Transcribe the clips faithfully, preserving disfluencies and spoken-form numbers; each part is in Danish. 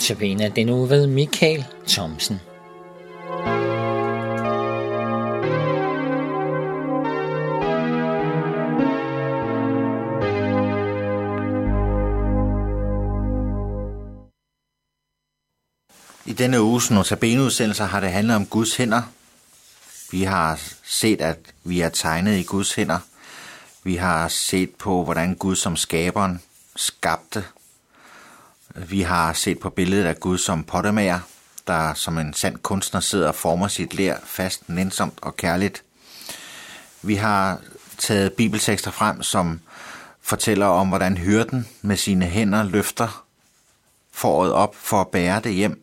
Notabene den uge ved Michael Thomsen. I denne uges Notabene-udsendelser har det handlet om Guds hænder. Vi har set, at vi er tegnet i Guds hænder. Vi har set på, hvordan Gud som skaberen skabte. Vi har set på billedet af Gud som pottemager, der som en sand kunstner sidder og former sit ler fast, nænsomt og kærligt. Vi har taget bibeltekster frem, som fortæller om, hvordan hyrden med sine hænder løfter fåret op for at bære det hjem.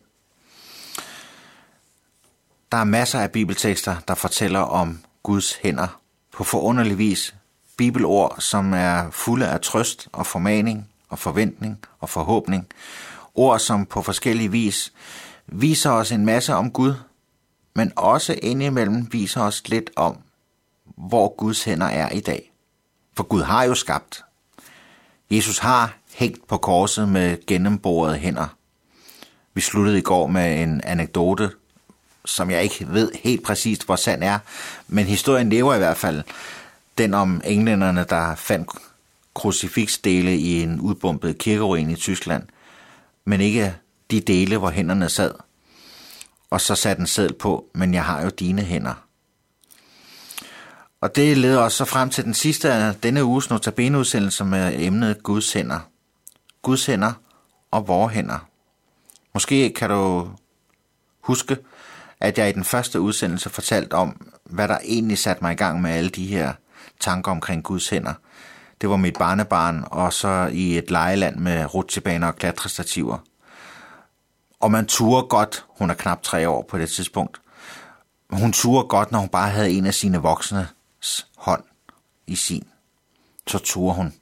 Der er masser af bibeltekster, der fortæller om Guds hænder på forunderlig vis. Bibelord, som er fulde af trøst og formaning og forventning og forhåbning. Ord, som på forskellige vis viser os en masse om Gud, men også indimellem viser os lidt om, hvor Guds hænder er i dag. For Gud har jo skabt. Jesus har hængt på korset med gennemborede hænder. Vi sluttede i går med en anekdote, som jeg ikke ved helt præcist, hvor sand er, men historien lever i hvert fald. Den om englænderne, der fandt krucifiksdele i en udbombet kirkeruin i Tyskland, men ikke de dele, hvor hænderne sad. Og så satte en seddel på, men jeg har jo dine hænder. Og det leder os så frem til den sidste af denne uges Notabene-udsendelse med emnet Guds hænder. Guds hænder og vores hænder. Måske kan du huske, at jeg i den første udsendelse fortalte om, hvad der egentlig satte mig i gang med alle de her tanker omkring Guds hænder. Det var mit barnebarn, og så i et legeland med rutsjebaner og klatrestativer. Og man turde godt, hun er knap tre år på det tidspunkt, hun turde godt, når hun bare havde en af sine voksnes hånd i sin. Så turde hun.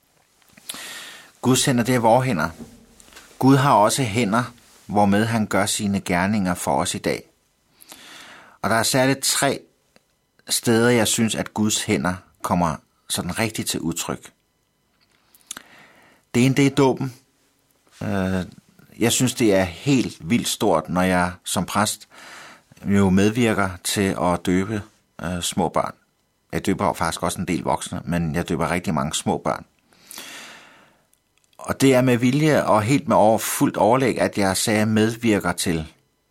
Guds hænder, det er vores hænder. Gud har også hænder, hvormed han gør sine gerninger for os i dag. Og der er særligt tre steder, jeg synes, at Guds hænder kommer sådan rigtigt til udtryk. Det ene, det er dåben. Jeg synes, det er helt vildt stort, når jeg som præst jo medvirker til at døbe små børn. Jeg døber faktisk også en del voksne, men jeg døber rigtig mange små børn. Og det er med vilje og helt med over, fuldt overlæg, at jeg sagde medvirker til.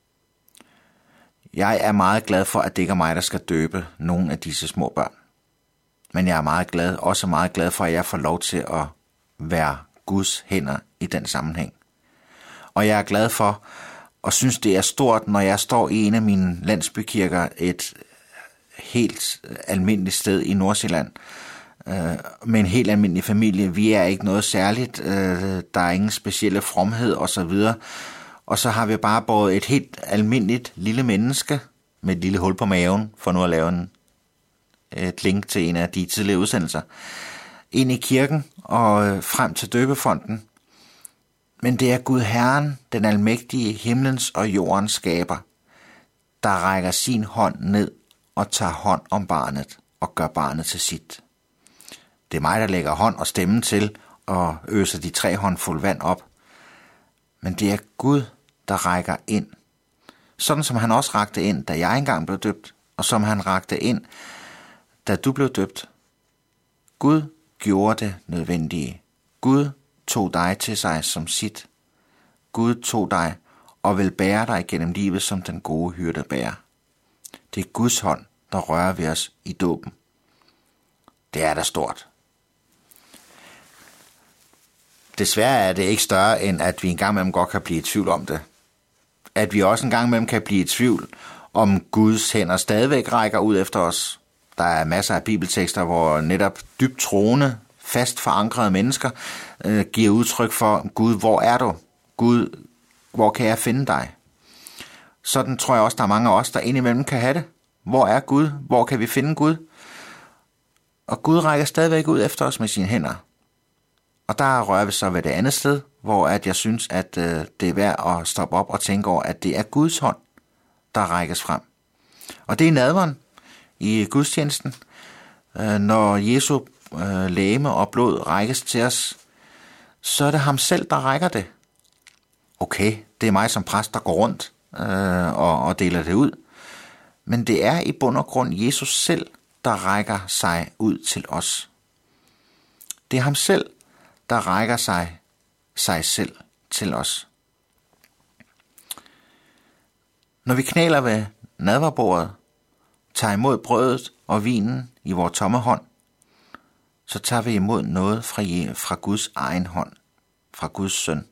Jeg er meget glad for, at det ikke er mig, der skal døbe nogle af disse små børn. Men jeg er meget glad, også meget glad for, at jeg får lov til at være Guds hænder i den sammenhæng. Og jeg er glad for, og synes det er stort, når jeg står i en af mine landsbykirker, et helt almindeligt sted i Nordsjælland, øh, med en helt almindelig familie. Vi er ikke noget særligt, øh, der er ingen specielle fromhed osv., og så har vi bare båret et helt almindeligt lille menneske med et lille hul på maven, for nu at lave en, et link til en af de tidligere udsendelser, ind i kirken og frem til døbefonden. Men det er Gud Herren, den almægtige himlens og jordens skaber, der rækker sin hånd ned og tager hånd om barnet og gør barnet til sit. Det er mig, der lægger hånd og stemme til og øser de tre håndfuld vand op. Men det er Gud, der rækker ind. Sådan som han også rakte ind, da jeg engang blev døbt, og som han rakte ind, da du blev døbt. Gud gjorde det nødvendige. Gud tog dig til sig som sit. Gud tog dig og vil bære dig gennem livet, som den gode hyrde bærer. Det er Guds hånd, der rører ved os i dåben. Det er da stort. Desværre er det ikke større, end at vi en gang imellem godt kan blive i tvivl om det. At vi også en gang imellem kan blive i tvivl, om Guds hænder stadigvæk rækker ud efter os. Der er masser af bibeltekster, hvor netop dybt troende, fast forankrede mennesker øh, giver udtryk for, Gud, hvor er du? Gud, hvor kan jeg finde dig? Sådan tror jeg også, der er mange af os, der indimellem kan have det. Hvor er Gud? Hvor kan vi finde Gud? Og Gud rækker stadigvæk ud efter os med sine hænder. Og der rører vi så ved det andet sted, hvor at jeg synes, at øh, det er værd at stoppe op og tænke over, at det er Guds hånd, der rækkes frem. Og det er nadveren i gudstjenesten, øh, når Jesu øh, legeme og blod rækkes til os, så er det ham selv, der rækker det. okay, det er mig som præst, der går rundt øh, og, og deler det ud. Men det er i bund og grund Jesus selv, der rækker sig ud til os. Det er ham selv, der rækker sig, sig selv til os. Når vi knæler ved nadverbordet, tager imod brødet og vinen i vores tomme hånd, så tager vi imod noget fra, fra Guds egen hånd, fra Guds søn.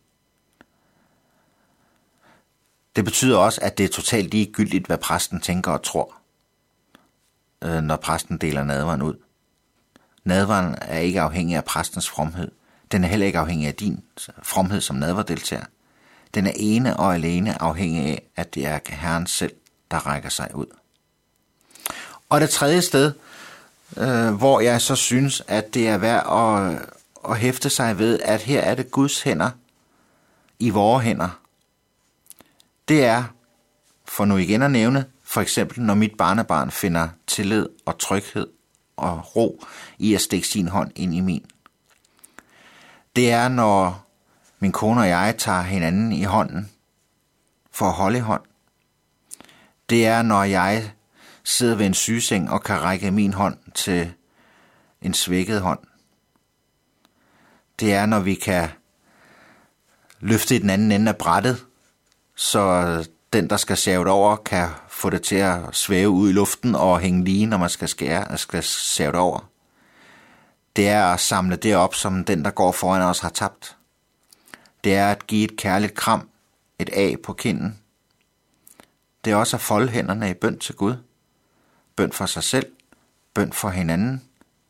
Det betyder også, at det er totalt ligegyldigt, hvad præsten tænker og tror, når præsten deler nadveren ud. Nadveren er ikke afhængig af præstens fromhed. Den er heller ikke afhængig af din fromhed som nadverdeltager. Den er ene og alene afhængig af, at det er Herren selv, der rækker sig ud. Og det tredje sted, øh, hvor jeg så synes, at det er værd at, at hæfte sig ved, at her er det Guds hænder i vores hænder. Det er, for nu igen at nævne, for eksempel når mit barnebarn finder tillid og tryghed og ro i at stikke sin hånd ind i min. Det er, når min kone og jeg tager hinanden i hånden for at holde i hånd. Det er, når jeg sidder ved en sygeseng og kan række min hånd til en svækket hånd. Det er, når vi kan løfte i den anden ende af brættet, så den, der skal save det over, kan få det til at svæve ud i luften og hænge lige, når man skal skære, skal save det over. Det er at samle det op, som den, der går foran os, har tabt. Det er at give et kærligt kram, et A på kinden. Det er også at folde hænderne i bøn til Gud. Bøn for sig selv, bøn for hinanden.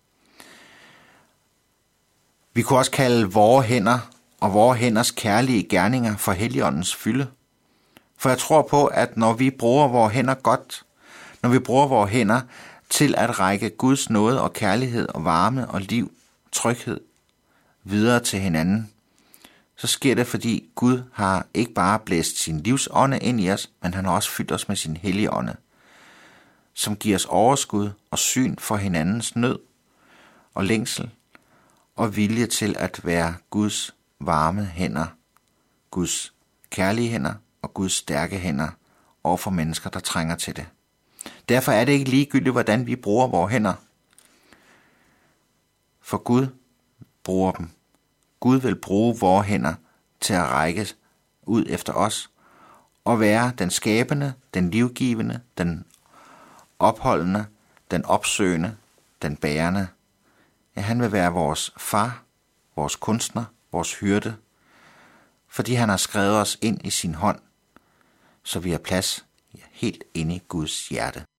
Vi kunne også kalde vore hænder og vore hænders kærlige gerninger for Helligåndens fylde. For jeg tror på, at når vi bruger vores hænder godt, når vi bruger vores hænder til at række Guds nåde og kærlighed og varme og liv, tryghed videre til hinanden, så sker det, fordi Gud har ikke bare blæst sin livsånde ind i os, men han har også fyldt os med sin hellige ånde, som giver os overskud og syn for hinandens nød og længsel og vilje til at være Guds varme hænder, Guds kærlige hænder og Guds stærke hænder over for mennesker, der trænger til det. Derfor er det ikke ligegyldigt, hvordan vi bruger vores hænder. For Gud bruger dem. Gud vil bruge vores hænder til at række ud efter os og være den skabende, den livgivende, den opholdende, den opsøgende, den bærende. Ja, han vil være vores far, vores kunstner, vores hyrde, fordi han har skrevet os ind i sin hånd, så vi har plads helt inde i Guds hjerte.